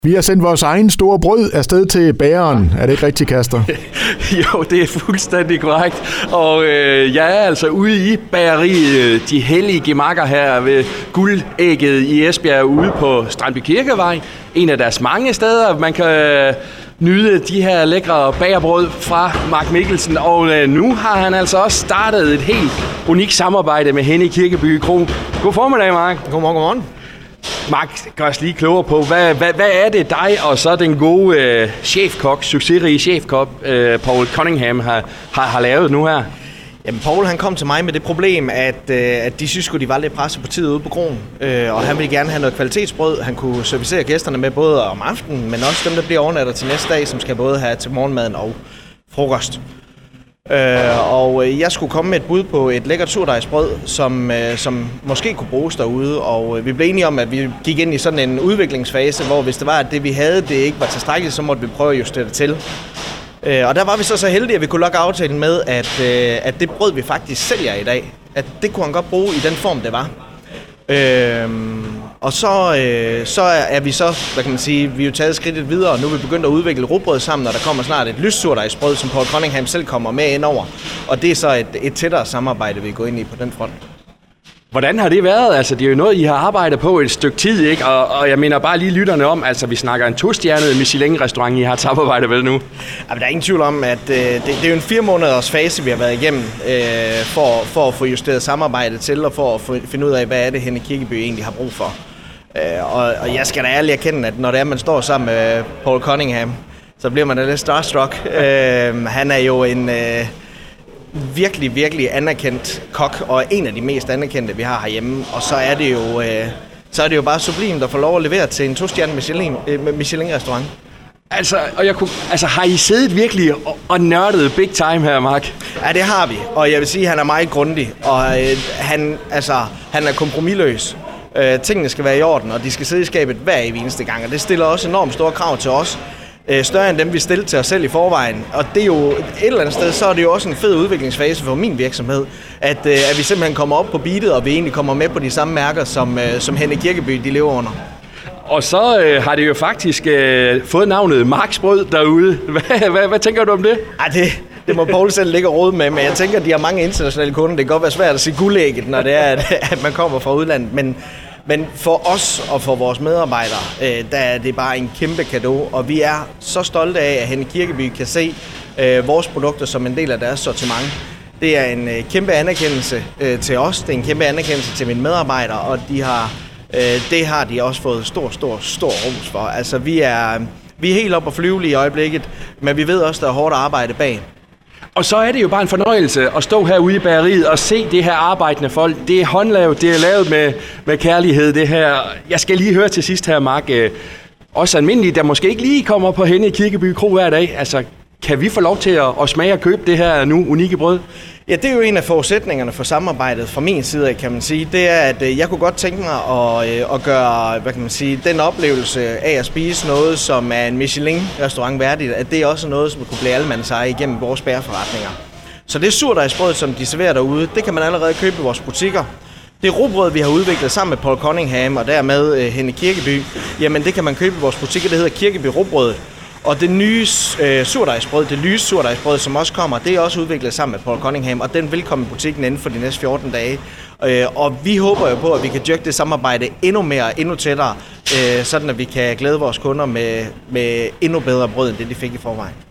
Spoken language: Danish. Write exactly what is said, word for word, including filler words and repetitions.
Vi har sendt vores egen store brød afsted til bageren. Er det ikke rigtigt, Kasper? Jo, det er fuldstændig korrekt. Og øh, jeg er altså ude i bageriet De Hellige Gemakker her ved Guldægget i Esbjerg ude på Strandby Kirkevej. En af deres mange steder, man kan øh, nyde de her lækre bagerbrød fra Mark Mikkelsen. Og øh, nu har han altså også startet et helt unikt samarbejde med Henning Kirkeby Kro. God formiddag, Mark. Godmorgen, godmorgen. Mark, gør os lige klogere på, hvad, hvad, hvad er det dig og så den gode øh, chefkok, succesrige chefkok, øh, Paul Cunningham, har, har, har lavet nu her? Jamen, Paul han kom til mig med det problem, at, øh, at de synes de var lidt presset på tid ude på kroen. Øh, og han ville gerne have noget kvalitetsbrød. Han kunne servicere gæsterne med både om aftenen, men også dem, der bliver overnatter til næste dag, som skal både have til morgenmaden og frokost. Øh, og jeg skulle komme med et bud på et lækkert surdejsbrød, som, øh, som måske kunne bruges derude. Og øh, vi blev enige om, at vi gik ind i sådan en udviklingsfase, hvor hvis det var, at det vi havde, det ikke var tilstrækkeligt, så måtte vi prøve at justere det til. Øh, og der var vi så så heldige, at vi kunne lokke aftalen med, at, øh, at det brød, vi faktisk sælger i dag, at det kunne han godt bruge i den form, det var. Øh, og så, øh, så er vi så, hvad kan man sige, vi er jo taget skridtet videre, og nu er vi begyndt at udvikle rugbrød sammen, og der kommer snart et lyst surdejsbrød, som Paul Cunningham selv kommer med ind over. Og det er så et, et tættere samarbejde, vi går ind i på den front. Hvordan har det været? Altså, det er jo noget, I har arbejdet på et stykke tid, ikke? Og, og jeg mener bare lige lytterne om, altså vi snakker en to-stjernet Michelin-restaurant, I har samarbejdet vel nu? Ja, der er ingen tvivl om, at øh, det, det er jo en fire måneders fase, vi har været igennem, øh, for, for at få justeret samarbejdet til, og for at få, finde ud af, hvad er det, Henning Kirkeby egentlig har brug for. Øh, og, og jeg skal da ærligt erkende, at når det er, man står sammen med Paul Cunningham, så bliver man da lidt starstruck. øh, han er jo en... Øh, virkelig, virkelig anerkendt kok, og en af de mest anerkendte, vi har herhjemme. Og så er det jo, øh, så er det jo bare sublimt at få lov at levere til en to-stjernet Michelin, øh, Michelin-restaurant. Altså, og jeg kunne, altså, har I siddet virkelig og, og nørdet big time her, Mark? Ja, det har vi, og jeg vil sige, at han er meget grundig, og øh, han, altså, han er kompromisløs. Øh, tingene skal være i orden, og de skal sidde i skabet hver eneste gang, og det stiller også enormt store krav til os. Større end dem, vi stillede til os selv i forvejen. Og det er jo et eller andet sted, så er det jo også en fed udviklingsfase for min virksomhed, at, at vi simpelthen kommer op på beatet, og vi egentlig kommer med på de samme mærker, som, som Henning Kirkeby de lever under. Og så øh, har det jo faktisk øh, fået navnet Marks Brød derude. Hvad, hvad, hvad tænker du om det? Ej, det, det må Paul selv ligge og rode med, men jeg tænker, at de har mange internationale kunder. Det kan godt være svært at sige guldægget, når det er, at, at man kommer fra udlandet, men Men for os og for vores medarbejdere, øh, der er det bare en kæmpe cadeau, og vi er så stolte af, at Henning Kirkeby kan se øh, vores produkter som en del af deres sortiment. Det er en øh, kæmpe anerkendelse øh, til os, det er en kæmpe anerkendelse til mine medarbejdere, og de har, øh, det har de også fået stor, stor, stor ros for. Altså, vi er, vi er helt oppe og flyve i øjeblikket, men vi ved også, der er hårdt arbejde bag. Og så er det jo bare en fornøjelse at stå herude i bageriet og se det her arbejdende folk. Det er håndlavet, det er lavet med, med kærlighed, det her. Jeg skal lige høre til sidst her, Mark. Også almindeligt, der måske ikke lige kommer på Henning Kirkeby Kro hver dag. Altså, kan vi få lov til at, at smage og købe det her nu unikke brød? Ja, det er jo en af forudsætningerne for samarbejdet fra min side, kan man sige. Det er, at jeg kunne godt tænke mig at, at gøre, hvad kan man sige, den oplevelse af at spise noget, som er en Michelin-restaurant værdigt, at det er også noget, som kunne blive allemandseje igennem vores bæreforretninger. Så det surdejsbrød, som de serverer derude, det kan man allerede købe i vores butikker. Det rugbrød, vi har udviklet sammen med Paul Cunningham og dermed Henning Kirkeby, jamen det kan man købe i vores butikker, det hedder Kirkeby Rugbrød. Og det nye øh, surdejsbrød, det lyse surdejsbrød, som også kommer, det er også udviklet sammen med Paul Cunningham, og den vil komme i butikken inden for de næste fjorten dage. Øh, og vi håber jo på, at vi kan dyrke det samarbejde endnu mere, endnu tættere, øh, sådan at vi kan glæde vores kunder med, med endnu bedre brød, end det de fik i forvejen.